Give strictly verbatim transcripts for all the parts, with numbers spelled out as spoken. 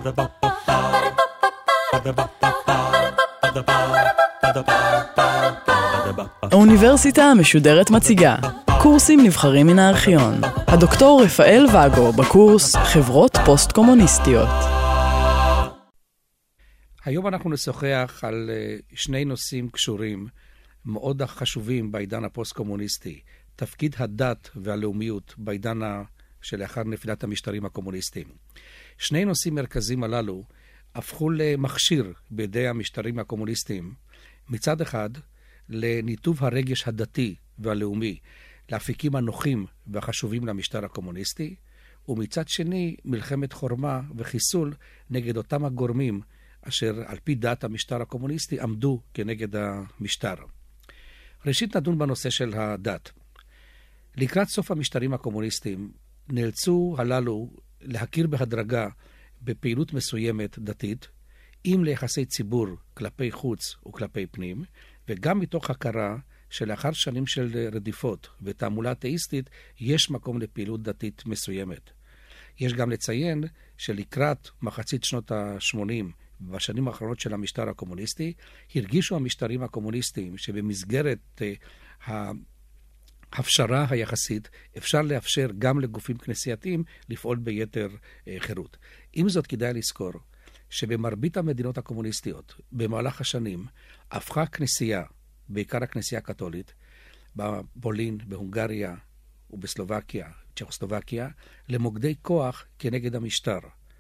האוניברסיטה המשודרת מציגה קורסים נבחרים מן הארכיון. הדוקטור רפאל ואגו בקורס חברות פוסט-קומוניסטיות. היום אנחנו נשוחח על שני נושאים קשורים מאוד חשובים בעידן הפוסט-קומוניסטי. תפקיד הדת והלאומיות בעידן שלאחר נפילת המשטרים הקומוניסטיים. שני נושאים מרכזיים הללו הפכו למכשיר בידי המשטרים הקומוניסטיים. מצד אחד, לניתוב הרגש הדתי והלאומי לאפיקים הנוחים והחשובים למשטר הקומוניסטי, ומצד שני, מלחמת חורמה וחיסול נגד אותם הגורמים אשר על פי דת המשטר הקומוניסטי עמדו כנגד המשטר. ראשית נדון בנושא של הדת. לקראת סוף המשטרים הקומוניסטיים נאלצו הללו להכיר בהדרגה בפעילות מסוימת דתית, עם ליחסי ציבור כלפי חוץ וכלפי פנים, וגם מתוך הכרה שלאחר שנים של רדיפות ותעמולה אתאיסטית יש מקום לפעילות דתית מסוימת. יש גם לציין שלקראת מחצית שנות ה-שמונים, בשנים האחרונות של המשטר הקומוניסטי, הרגישו המשטרים הקומוניסטיים שבמסגרת uh, ההפשרה היחסית אפשר לאפשר גם לגופים כנסייתיים לפעול ביתר uh, חירות. עם זאת כדאי לזכור שבמרבית המדינות הקומוניסטיות במהלך השנים הפכה כנסייה, בעיקר הכנסייה הקתולית, בפולין, בהונגריה ובסלובקיה, צ'כוסלובקיה, למוקדי כוח כנגד המשטר.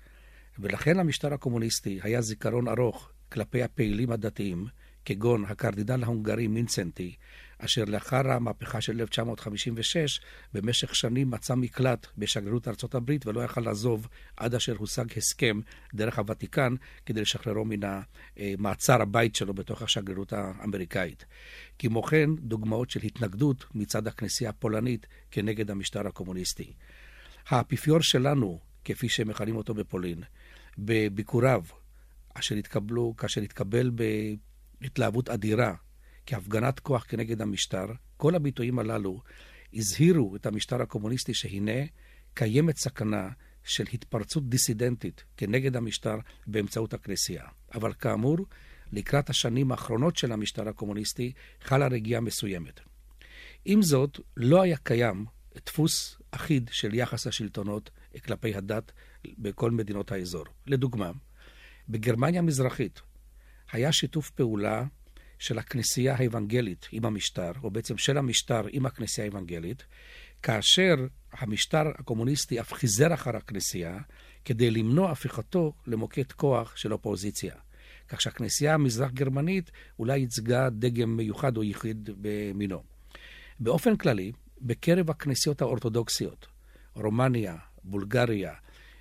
ולכן המשטר הקומוניסטי היה זיכרון ארוך כלפי הפעילים הדתיים, כגון הקרדינל ההונגרי מינסנטי, אשר לאחר המהפכה של אלף תשע מאות חמישים ושש, במשך שנים מצא מקלט בשגרירות ארצות הברית ולא יכל לעזוב עד אשר הושג הסכם דרך הוותיקן כדי לשחררו מן המעצר הבית שלו בתוך השגרירות האמריקאית. כמו כן, דוגמאות של התנגדות מצד הכנסייה הפולנית כנגד המשטר הקומוניסטי. האפיפיור שלנו, כפי שמכנים אותו בפולין, בביקוריו, אשר התקבלו, כאשר התקבל בהתלהבות אדירה, כהפגנת כוח כנגד המשטר, כל הביטויים הללו הזהירו את המשטר הקומוניסטי שהנה קיימת סכנה של התפרצות דיסידנטית כנגד המשטר באמצעות הכנסייה. אבל כאמור, לקראת השנים האחרונות של המשטר הקומוניסטי חלה רגיעה מסוימת. עם זאת, לא היה קיים דפוס אחיד של יחס השלטונות כלפי הדת בכל מדינות האזור. לדוגמה, בגרמניה המזרחית היה שיתוף פעולה של הכנסייה האבנגלית עם המשטר, או בעצם של המשטר עם הכנסייה האבנגלית, כאשר המשטר הקומוניסטי אף חיזר אחר הכנסייה, כדי למנוע הפיכתו למוקד כוח של אופוזיציה. כך שהכנסייה המזרח גרמנית אולי ייצגה דגם מיוחד או יחיד במינו. באופן כללי, בקרב הכנסיות האורתודוקסיות, רומניה, בולגריה,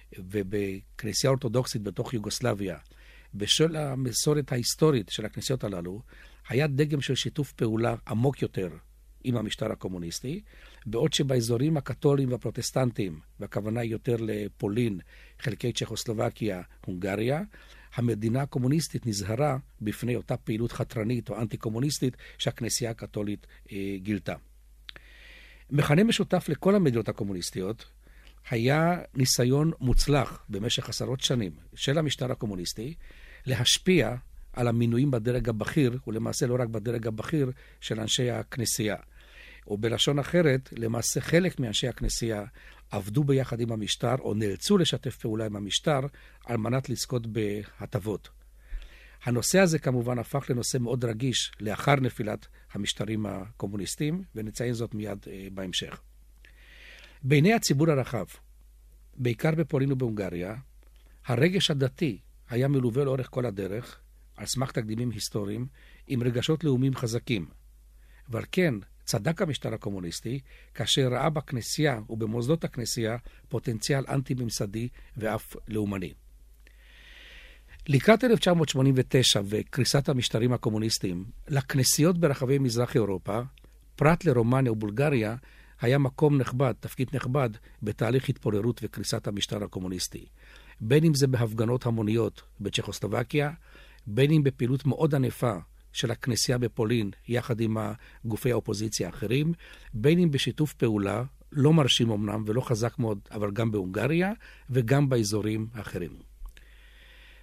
ובכנסייה האורתודוקסית בתוך יוגוסלביה, בשל המסורת ההיסטורית של הכנסיות הללו, היה דגם של שיתוף פעולה עמוק יותר עם המשטר הקומוניסטי, בעוד שבאזורים הקתולים והפרוטסטנטיים, והכוונה יותר לפולין, חלקי צ'כוסלובקיה, הונגריה, המדינה הקומוניסטית נזהרה בפני אותה פעילות חתרנית או אנטי-קומוניסטית שהכנסייה הקתולית אה, גילתה. מכנה משותף לכל המדינות הקומוניסטיות היה ניסיון מוצלח במשך עשרות שנים של המשטר הקומוניסטי להשפיע על המינויים בדרג הבכיר, ולמעשה לא רק בדרג הבכיר של אנשי הכנסייה. ובלשון אחרת, למעשה חלק מאנשי הכנסייה עבדו ביחד עם המשטר, או נאלצו לשתף פעולה עם המשטר, על מנת לזכות בהטבות. הנושא הזה כמובן הפך לנושא מאוד רגיש לאחר נפילת המשטרים הקומוניסטיים, ונציין זאת מיד אה, בהמשך. בעיני הציבור הרחב, בעיקר בפולין ובהונגריה, הרגש הדתי היה מלווה לאורך כל הדרך, על סמך תקדימים היסטוריים, עם רגשות לאומיים חזקים. ועל כן, צדק המשטר הקומוניסטי, כאשר ראה בכנסייה ובמוסדות הכנסייה פוטנציאל אנטי-ממסדי ואף לאומני. לקראת אלף תשע מאות שמונים ותשע וקריסת המשטרים הקומוניסטיים, לכנסיות ברחבי מזרח אירופה, פרט לרומניה ובולגריה, היה מקום נכבד, תפקיד נכבד, בתהליך התפוררות וקריסת המשטר הקומוניסטי. בין אם זה בהפגנות המוניות בצ'כוסלובקיה, בין אם בפעילות מאוד ענפה של הכנסייה בפולין, יחד עם גופי האופוזיציה האחרים, בין אם בשיתוף פעולה, לא מרשים אמנם ולא חזק מאוד, אבל גם בהונגריה וגם באזורים האחרים.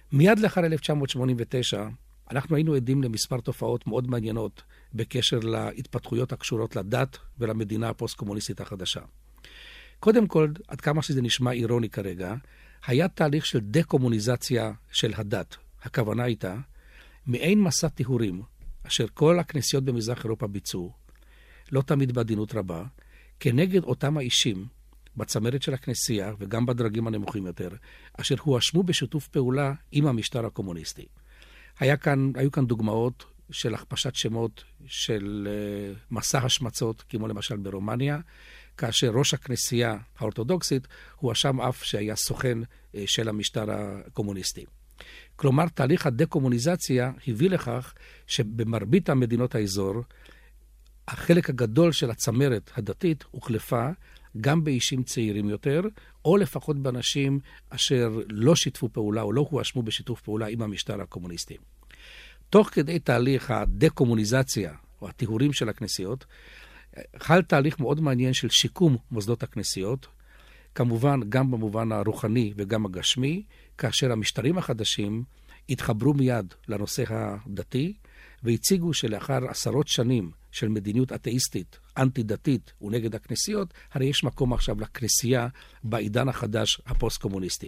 מיד לאחר אלף תשע מאות שמונים ותשע, אנחנו היינו עדים למספר תופעות מאוד מעניינות בקשר להתפתחויות הקשורות לדת ולמדינה הפוסט-קומוניסטית החדשה. קודם כל, עד כמה שזה נשמע אירוני כרגע, היה תהליך של דה-קומוניזציה של הדת. הכוונה הייתה, מעין מסע טיהורים, אשר כל הכנסיות במזרח אירופה ביצעו, לא תמיד בעדינות רבה, כנגד אותם האישים בצמרת של הכנסייה וגם בדרגים הנמוכים יותר, אשר הואשמו בשיתוף פעולה עם המשטר הקומוניסטי. היה כאן, היו כאן דוגמאות של הכפשת שמות של uh, מסע השמצות, כמו למשל ברומניה, כאשר ראש הכנסייה האורתודוקסית הואשם אף שהיה סוכן uh, של המשטר הקומוניסטי. כלומר, תהליך הדקומוניזציה הביא לכך שבמרבית המדינות האזור, החלק הגדול של הצמרת הדתית הוחלפה גם באישים צעירים יותר, או לפחות באנשים אשר לא שיתפו פעולה או לא הואשמו בשיתוף פעולה עם המשטר הקומוניסטי. תוך כדי תהליך הדקומוניזציה או הטיהורים של הכנסיות, חל תהליך מאוד מעניין של שיקום מוסדות הכנסיות, כמובן גם במובן הרוחני וגם הגשמי, כאשר המשטרים החדשים התחברו מיד לנושא הדתי, והציגו שלאחר עשרות שנים של מדיניות אתאיסטית, אנטי-דתית ונגד הכנסיות, הרי יש מקום עכשיו לכנסייה בעידן החדש הפוסט-קומוניסטי.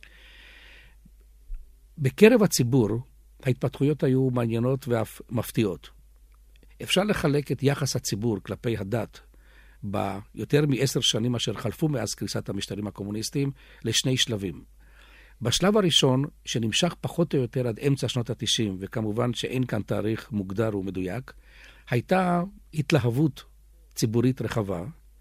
בקרב הציבור, ההתפתחויות היו מעניינות ואף מפתיעות. אפשר לחלק את יחס הציבור כלפי הדת ביותר מעשר שנים אשר חלפו מאז קריסת המשטרים הקומוניסטיים לשני שלבים. בשלב הראשון, שנמשך פחות או יותר עד אמצע שנות ה-תשעים, וכמובן שאין כאן תאריך מוגדר ומדויק, הייתה התלהבות ציבורית רחבה,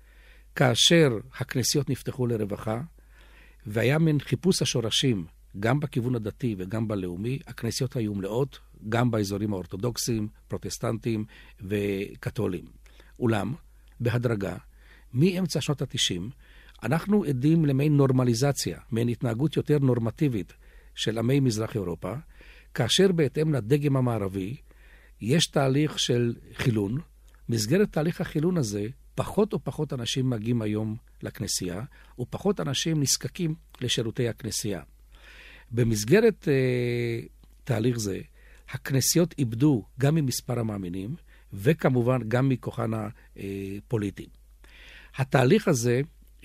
כאשר הכנסיות נפתחו לרווחה, והיה מן חיפוש השורשים, גם בכיוון הדתי וגם בלאומי, הכנסיות היו מלאות, גם באזורים האורתודוקסיים, פרוטסטנטיים וקתולים. אולם, בהדרגה, מאמצע שנות ה-תשעים, אנחנו עדים למין נורמליזציה, מעין התנהגות יותר נורמטיבית של עמי מזרח אירופה, כאשר בהתאם לדגם המערבי, יש תהליך של חילון. מסגרת תהליך החילון הזה, פחות או פחות אנשים מגיעים היום לכנסייה, ופחות אנשים נזקקים לשירותי הכנסייה. במסגרת אה, תהליך זה, הכנסיות איבדו גם ממספר המאמינים, וכמובן גם מכוחן הפוליטי. התהליך הזה,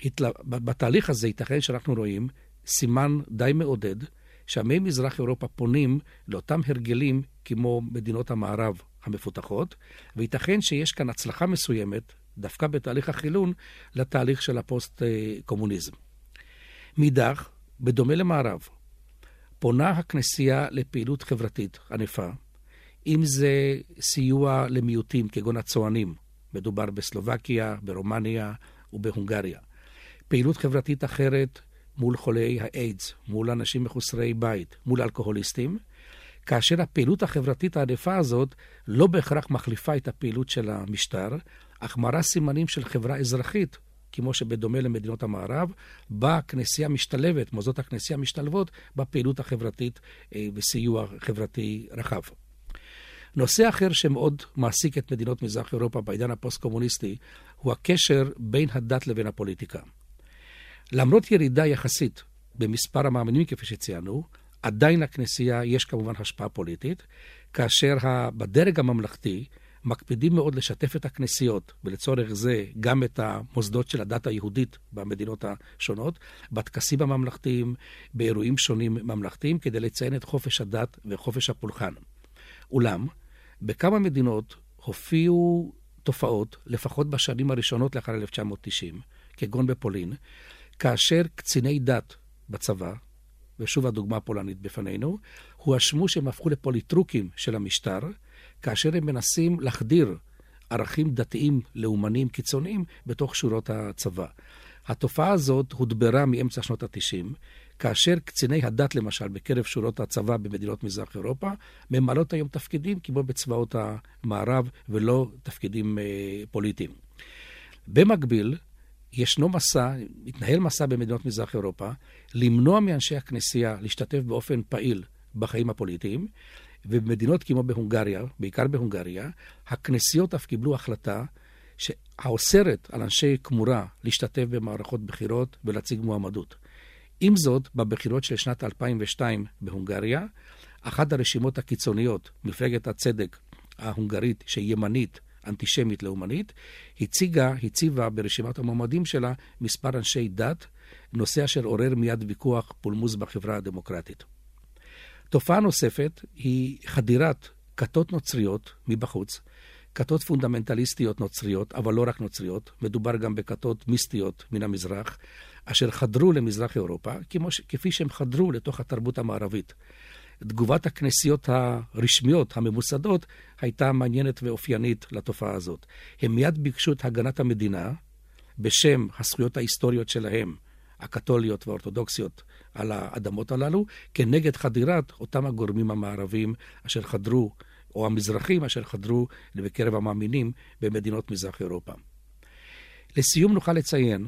בתהליך הזה ייתכן שאנחנו רואים סימן די מעודד, שעמי מזרח אירופה פונים לאותם הרגלים כמו מדינות המערב המפותחות, וייתכן שיש כאן הצלחה מסוימת, דווקא בתהליך החילון, לתהליך של הפוסט-קומוניזם. מידך, בדומה למערב, פונה הכנסייה לפעילות חברתית ענפה, אם זה סיוע למיעוטים כגון הצוענים, מדובר בסלובקיה, ברומניה ובהונגריה. פעילות חברתית אחרת מול חולי האיידס, מול אנשים מחוסרי בית, מול אלכוהוליסטים, כאשר הפעילות החברתית הענפה הזאת לא בהכרח מחליפה את הפעילות של המשטר, אך מראה סימנים של חברה אזרחית, כמו שבדומה למדינות המערב, בה הכנסייה משתלבת, מוסדות הכנסייה משתלבות בפעילות החברתית וסיוע חברתי רחב. נושא אחר שמאוד מעסיק את מדינות מזרח אירופה בעידן הפוסט-קומוניסטי, הוא הקשר בין הדת לבין הפוליטיקה. למרות ירידה יחסית במספר המאמינים כפי שציינו, עדיין לכנסייה יש כמובן השפעה פוליטית, כאשר בדרג הממלכתי מקפידים מאוד לשתף את הכנסיות, ולצורך זה גם את המוסדות של הדת היהודית במדינות השונות, בטקסים הממלכתיים, באירועים שונים ממלכתיים, כדי לציין את חופש הדת וחופש הפולחן. אולם, בכמה מדינות הופיעו תופעות, לפחות בשנים הראשונות לאחר אלף תשע מאות תשעים, כגון בפולין, כאשר קציני דת בצבא, ושוב הדוגמה הפולנית בפנינו, הואשמו שהם הפכו לפוליטרוקים של המשטר, כאשר הם מנסים להחדיר ערכים דתיים לאומניים קיצוניים בתוך שורות הצבא. התופעה הזאת הודברה מאמצע שנות ה-תשעים, כאשר קציני הדת למשל בקרב שורות הצבא במדינות מזרח אירופה, ממלאות היום תפקידים כמו בצבאות המערב ולא תפקידים אה, פוליטיים. במקביל, ישנו מסע, מתנהל מסע במדינות מזרח אירופה, למנוע מאנשי הכנסייה להשתתף באופן פעיל בחיים הפוליטיים, ובמדינות כמו בהונגריה, בעיקר בהונגריה, הכנסיות אף קיבלו החלטה שהאוסרת על אנשי כמורה להשתתף במערכות בחירות ולהציג מועמדות. עם זאת, בבחירות של שנת אלפיים ושתיים בהונגריה, אחת הרשימות הקיצוניות, מפלגת הצדק ההונגרית, שהיא ימנית, אנטישמית לאומנית, הציגה, הציבה ברשימת המועמדים שלה מספר אנשי דת, נושא אשר עורר מיד ויכוח פולמוס בחברה הדמוקרטית. תופעה נוספת היא חדירת כתות נוצריות מבחוץ, כתות פונדמנטליסטיות נוצריות, אבל לא רק נוצריות, מדובר גם בכתות מיסטיות מן המזרח, אשר חדרו למזרח אירופה, כמו, כפי שהם חדרו לתוך התרבות המערבית. תגובת הכנסיות הרשמיות, הממוסדות, הייתה מעניינת ואופיינית לתופעה הזאת. הם מיד ביקשו את הגנת המדינה, בשם הזכויות ההיסטוריות שלהם, הקתוליות והאורתודוקסיות, על האדמות הללו, כנגד חדירת אותם הגורמים המערבים אשר חדרו, או המזרחים אשר חדרו בקרב המאמינים במדינות מזרח אירופה. לסיום נוכל לציין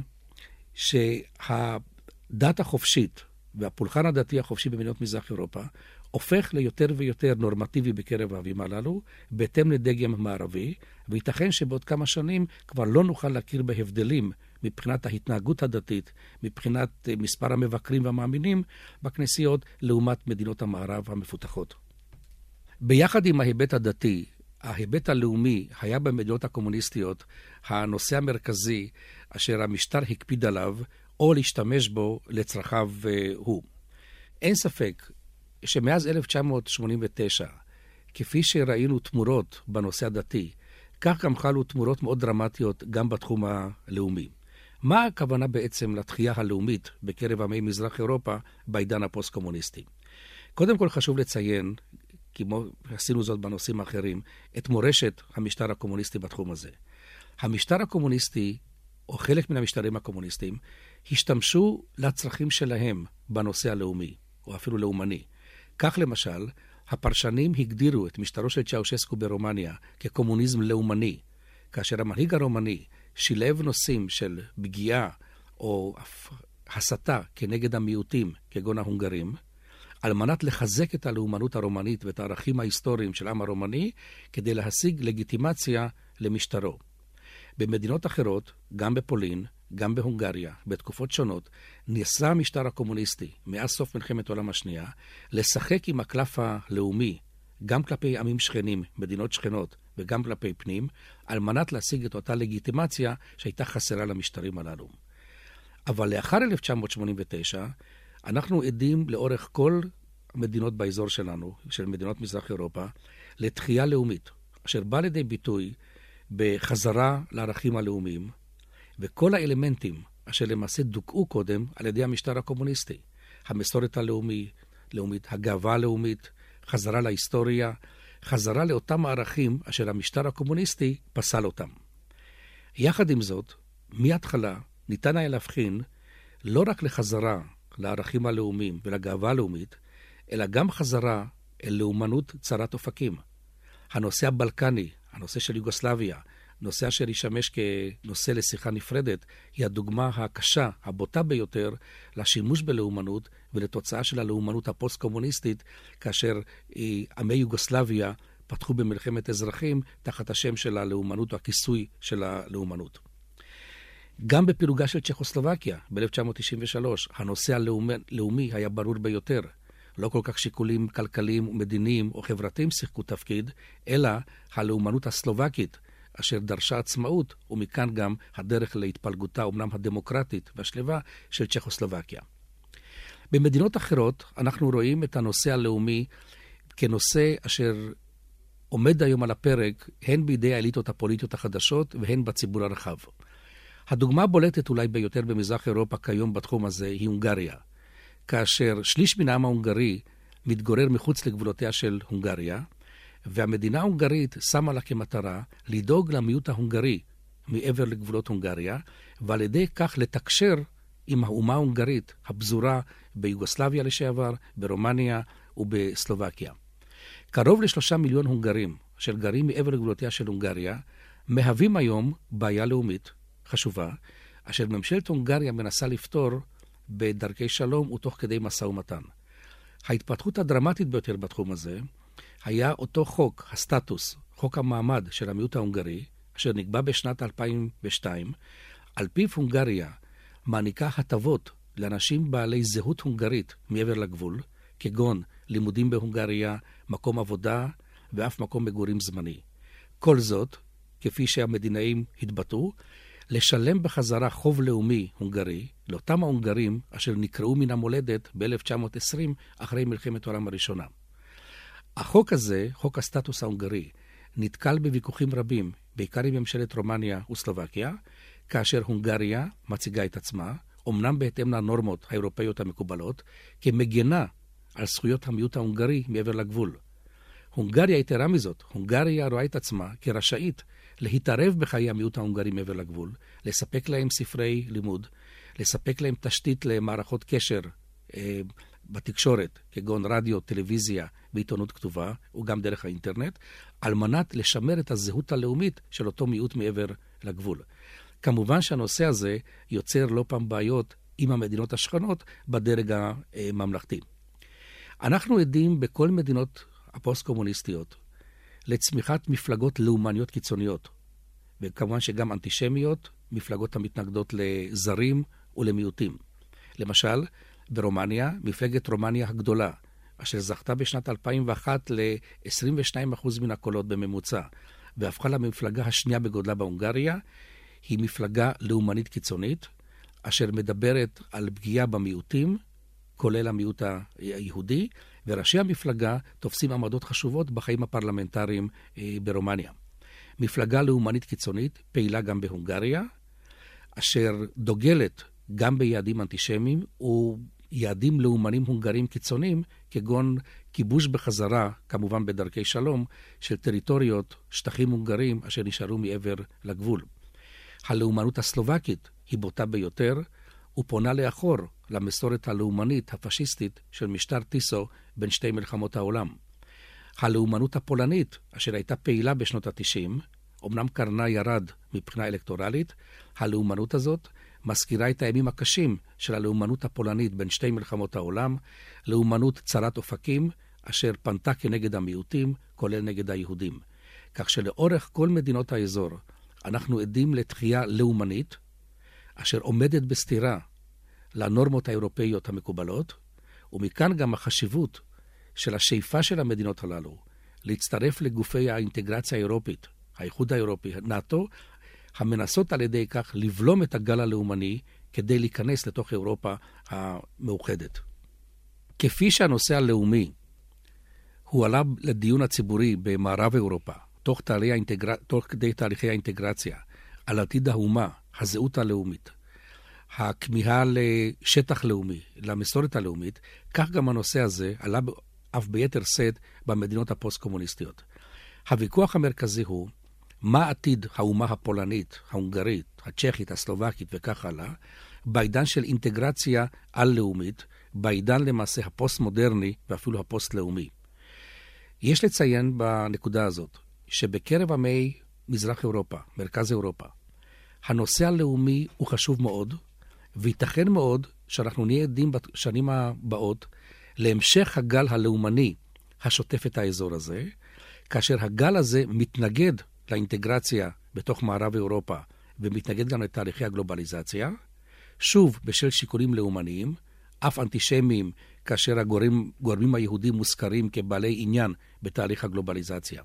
שהדת החופשית והפולחן הדתי החופשי במדינות מזרח אירופה הופך ליותר ויותר נורמטיבי בקרב העמים הללו, בהתאם לדגם מערבי, וייתכן שבעוד כמה שנים כבר לא נוכל להכיר בהבדלים מבחינת ההתנהגות הדתית, מבחינת מספר המבקרים והמאמינים בכנסיות, לעומת מדינות המערב המפותחות. ביחד עם ההיבט הדתי, ההיבט הלאומי היה במדינות הקומוניסטיות הנושא המרכזי אשר המשטר הקפיד עליו, או להשתמש בו לצרכיו הוא. אין ספק שמאז אלף תשע מאות שמונים ותשע, כפי שראינו תמורות בנושא הדתי, כך גם חלו תמורות מאוד דרמטיות גם בתחום הלאומי. מה הכוונה בעצם לתחייה הלאומית בקרב עמי מזרח אירופה בעידן הפוסט-קומוניסטי? קודם כל חשוב לציין, כמו עשינו זאת בנושאים האחרים, את מורשת המשטר הקומוניסטי בתחום הזה. המשטר הקומוניסטי, או חלק מן המשטרים הקומוניסטיים, השתמשו לצרכים שלהם בנושא הלאומי, או אפילו לאומני. כך למשל, הפרשנים הגדירו את משטרו של צ'אושסקו ברומניה כקומוניזם לאומני, כאשר המנהיג הרומני שילב נושאים של פגיעה או הסתה כנגד המיעוטים, כגון ההונגרים, על מנת לחזק את הלאומנות הרומנית ואת הערכים ההיסטוריים של העם הרומני, כדי להשיג לגיטימציה למשטרו. במדינות אחרות, גם בפולין, גם בהונגריה, בתקופות שונות, ניסה המשטר הקומוניסטי, מאז סוף מלחמת העולם השנייה, לשחק עם הקלף הלאומי, גם כלפי עמים שכנים, מדינות שכנות, וגם כלפי פנים, על מנת להשיג את אותה לגיטימציה שהייתה חסרה למשטרים הללו. אבל לאחר אלף תשע מאות שמונים ותשע, אנחנו עדים לאורך כל המדינות באזור שלנו, של מדינות מזרח אירופה, לתחייה לאומית, אשר בא לידי ביטוי בחזרה לערכים הלאומיים, וכל האלמנטים אשר למעשה דוכאו קודם על ידי המשטר הקומוניסטי, המסורת הלאומי, לאומית, הגאווה הלאומית, חזרה להיסטוריה, חזרה לאותם הערכים אשר המשטר הקומוניסטי פסל אותם. יחד עם זאת, מההתחלה ניתן היה להבחין לא רק לחזרה לערכים הלאומיים ולגאווה הלאומית, אלא גם חזרה אל לאומנות צרת אופקים. הנושא הבלקני, הנושא של יוגוסלביה, נושא אשר ישמש כנושא לשיחה נפרדת, היא הדוגמה הקשה, הבוטה ביותר, לשימוש בלאומנות ולתוצאה של הלאומנות הפוסט-קומוניסטית, כאשר עמי יוגוסלביה פתחו במלחמת אזרחים תחת השם של הלאומנות או הכיסוי של הלאומנות. גם בפילוגה של צ'כוסלובקיה ב-אלף תשע מאות תשעים ושלוש, הנושא הלאומי היה ברור ביותר. לא כל כך שיקולים כלכליים ומדיניים או חברתיים שיחקו תפקיד, אלא הלאומנות הסלובקית, אשר דרשה עצמאות, ומכאן גם הדרך להתפלגותה, אומנם הדמוקרטית והשלווה, של צ'כוסלובקיה. במדינות אחרות אנחנו רואים את הנושא הלאומי כנושא אשר עומד היום על הפרק, הן בידי האליטות הפוליטיות החדשות והן בציבור הרחב. הדוגמה הבולטת אולי ביותר במזרח אירופה כיום בתחום הזה היא הונגריה, כאשר שליש מן העם ההונגרי מתגורר מחוץ לגבולותיה של הונגריה, והמדינה ההונגרית שמה לה כמטרה לדאוג למיעוט ההונגרי מעבר לגבולות הונגריה, ועל ידי כך לתקשר עם האומה ההונגרית הפזורה ביוגוסלביה לשעבר, ברומניה ובסלובקיה. קרוב לשלושה מיליון הונגרים אשר גרים מעבר לגבולותיה של הונגריה, מהווים היום בעיה לאומית חשובה, אשר ממשלת הונגריה מנסה לפתור בדרכי שלום ותוך כדי משא ומתן. ההתפתחות הדרמטית ביותר בתחום הזה היה אותו חוק, הסטטוס, חוק המעמד של המיעוט ההונגרי, אשר נקבע בשנת אלפיים ושתיים, על פיו הונגריה מעניקה הטבות לאנשים בעלי זהות הונגרית מעבר לגבול, כגון לימודים בהונגריה, מקום עבודה ואף מקום מגורים זמני. כל זאת, כפי שהמדינאים התבטאו, לשלם בחזרה חוב לאומי הונגרי לאותם ההונגרים אשר נקראו מן המולדת ב-אלף תשע מאות עשרים אחרי מלחמת העולם הראשונה. החוק הזה, חוק הסטטוס ההונגרי, נתקל בוויכוחים רבים, בעיקר עם ממשלת רומניה וסלובקיה, כאשר הונגריה מציגה את עצמה, אמנם בהתאם לנורמות האירופאיות המקובלות, כמגנה על זכויות המיעוט ההונגרי מעבר לגבול. הונגריה יתרה מזאת, הונגריה רואה את עצמה כרשאית להתערב בחיי המיעוט ההונגרי מעבר לגבול, לספק להם ספרי לימוד, לספק להם תשתית למערכות קשר אה, בתקשורת, כגון רדיו, טלוויזיה ועיתונות כתובה, וגם דרך האינטרנט, על מנת לשמר את הזהות הלאומית של אותו מיעוט מעבר לגבול. כמובן שהנושא הזה יוצר לא פעם בעיות עם המדינות השכנות בדרג הממלכתי. אנחנו עדים בכל מדינות הפוסט-קומוניסטיות לצמיחת מפלגות לאומניות קיצוניות, וכמובן שגם אנטישמיות, מפלגות המתנגדות לזרים ולמיעוטים. למשל, ברומניה, מפלגת רומניה הגדולה, אשר זכתה בשנת אלפיים ואחת ל-עשרים ושניים אחוז מן הקולות בממוצע, והפכה למפלגה השנייה בגודלה בהונגריה, היא מפלגה לאומנית קיצונית, אשר מדברת על פגיעה במיעוטים, כולל המיעוט היהודי, וראשי המפלגה תופסים עמדות חשובות בחיים הפרלמנטריים ברומניה. מפלגה לאומנית קיצונית פעילה גם בהונגריה, אשר דוגלת גם ביעדים אנטישמיים ויעדים לאומנים הונגרים קיצוניים, כגון כיבוש בחזרה, כמובן בדרכי שלום, של טריטוריות, שטחים הונגרים אשר נשארו מעבר לגבול. הלאומנות הסלובקית היא בוטה ביותר, ופונה לאחור למסורת הלאומנית הפשיסטית של משטר טיסו בין שתי מלחמות העולם. הלאומנות הפולנית, אשר הייתה פעילה בשנות ה-תשעים, אמנם קרנה ירד מבחינה אלקטורלית, הלאומנות הזאת מזכירה את הימים הקשים של הלאומנות הפולנית בין שתי מלחמות העולם, לאומנות צרת אופקים, אשר פנתה כנגד המיעוטים, כולל נגד היהודים. כך שלאורך כל מדינות האזור, אנחנו עדים לתחייה לאומנית, אשר עומדת בסתירה לנורמות האירופאיות המקובלות, ומכאן גם החשיבות של השאיפה של המדינות הללו להצטרף לגופי האינטגרציה האירופית, האיחוד האירופי, נאטו, המנסות על ידי כך לבלום את הגל הלאומני כדי להיכנס לתוך אירופה המאוחדת. כפי שהנושא הלאומי הוא עלה לדיון הציבורי במערב אירופה, תוך, האינטגר... תוך כדי תהליכי האינטגרציה, על עתיד האומה, הזהות הלאומית, הכמיהה לשטח לאומי, למסורת הלאומית, כך גם הנושא הזה עלה אף ביתר שאת במדינות הפוסט-קומוניסטיות. הוויכוח המרכזי הוא מה עתיד האומה הפולנית, ההונגרית, הצ'כית, הסלובקית וכך הלאה, בעידן של אינטגרציה על-לאומית, בעידן למעשה הפוסט-מודרני ואפילו הפוסט-לאומי. יש לציין בנקודה הזאת שבקרב עמי מזרח אירופה, מרכז אירופה, הנושא הלאומי הוא חשוב מאוד, וייתכן מאוד שאנחנו נהיה עדים בשנים הבאות להמשך הגל הלאומני השוטף את האזור הזה, כאשר הגל הזה מתנגד לאינטגרציה בתוך מערב אירופה, ומתנגד גם לתהליכי הגלובליזציה, שוב בשל שיקולים לאומניים, אף אנטישמיים, כאשר הגורמים, גורמים היהודים מוזכרים כבעלי עניין בתהליך הגלובליזציה.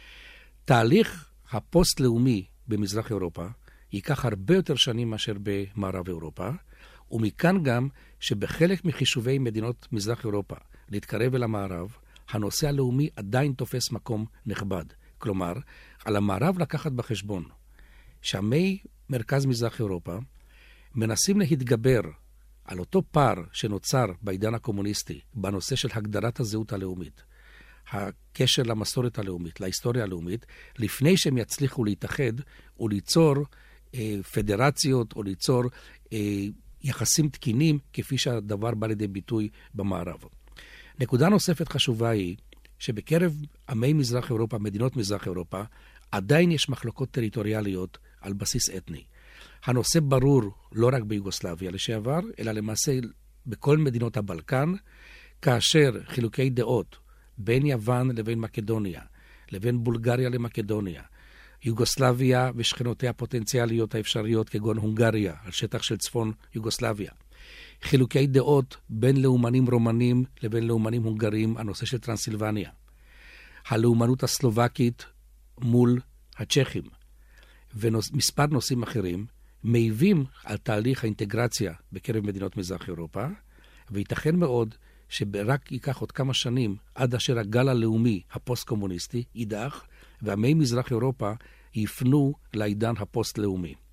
תהליך הפוסט-לאומי במזרח אירופה ייקח הרבה יותר שנים מאשר במערב אירופה, ומכאן גם שבחלק מחישובי מדינות מזרח אירופה להתקרב אל המערב, הנושא הלאומי עדיין תופס מקום נכבד. כלומר, על המערב לקחת בחשבון שעמי מרכז מזרח אירופה מנסים להתגבר על אותו פער שנוצר בעידן הקומוניסטי בנושא של הגדרת הזהות הלאומית, הקשר למסורת הלאומית, להיסטוריה הלאומית, לפני שהם יצליחו להתאחד וליצור אה, פדרציות או ליצור אה, יחסים תקינים כפי שהדבר בא לידי ביטוי במערב. נקודה נוספת חשובה היא שבקרב עמי מזרח אירופה, מדינות מזרח אירופה, עדיין יש מחלוקות טריטוריאליות על בסיס אתני. הנושא ברור לא רק ביוגוסלביה לשעבר, אלא למעשה בכל מדינות הבלקן, כאשר חילוקי דעות בין יוון לבין מקדוניה, לבין בולגריה למקדוניה, יוגוסלביה ושכנותיה הפוטנציאליות האפשריות כגון הונגריה, על שטח של צפון יוגוסלביה, חילוקי דעות בין לאומנים רומנים לבין לאומנים הונגרים, הנושא של טרנסילבניה. הלאומנות הסלובקית מול הצ'כים, ומספר נושאים אחרים, מעיבים על תהליך האינטגרציה בקרב מדינות מזרח אירופה, וייתכן מאוד שרק ייקח עוד כמה שנים עד אשר הגל הלאומי הפוסט-קומוניסטי יידח, ועמי מזרח אירופה יפנו לעידן הפוסט-לאומי.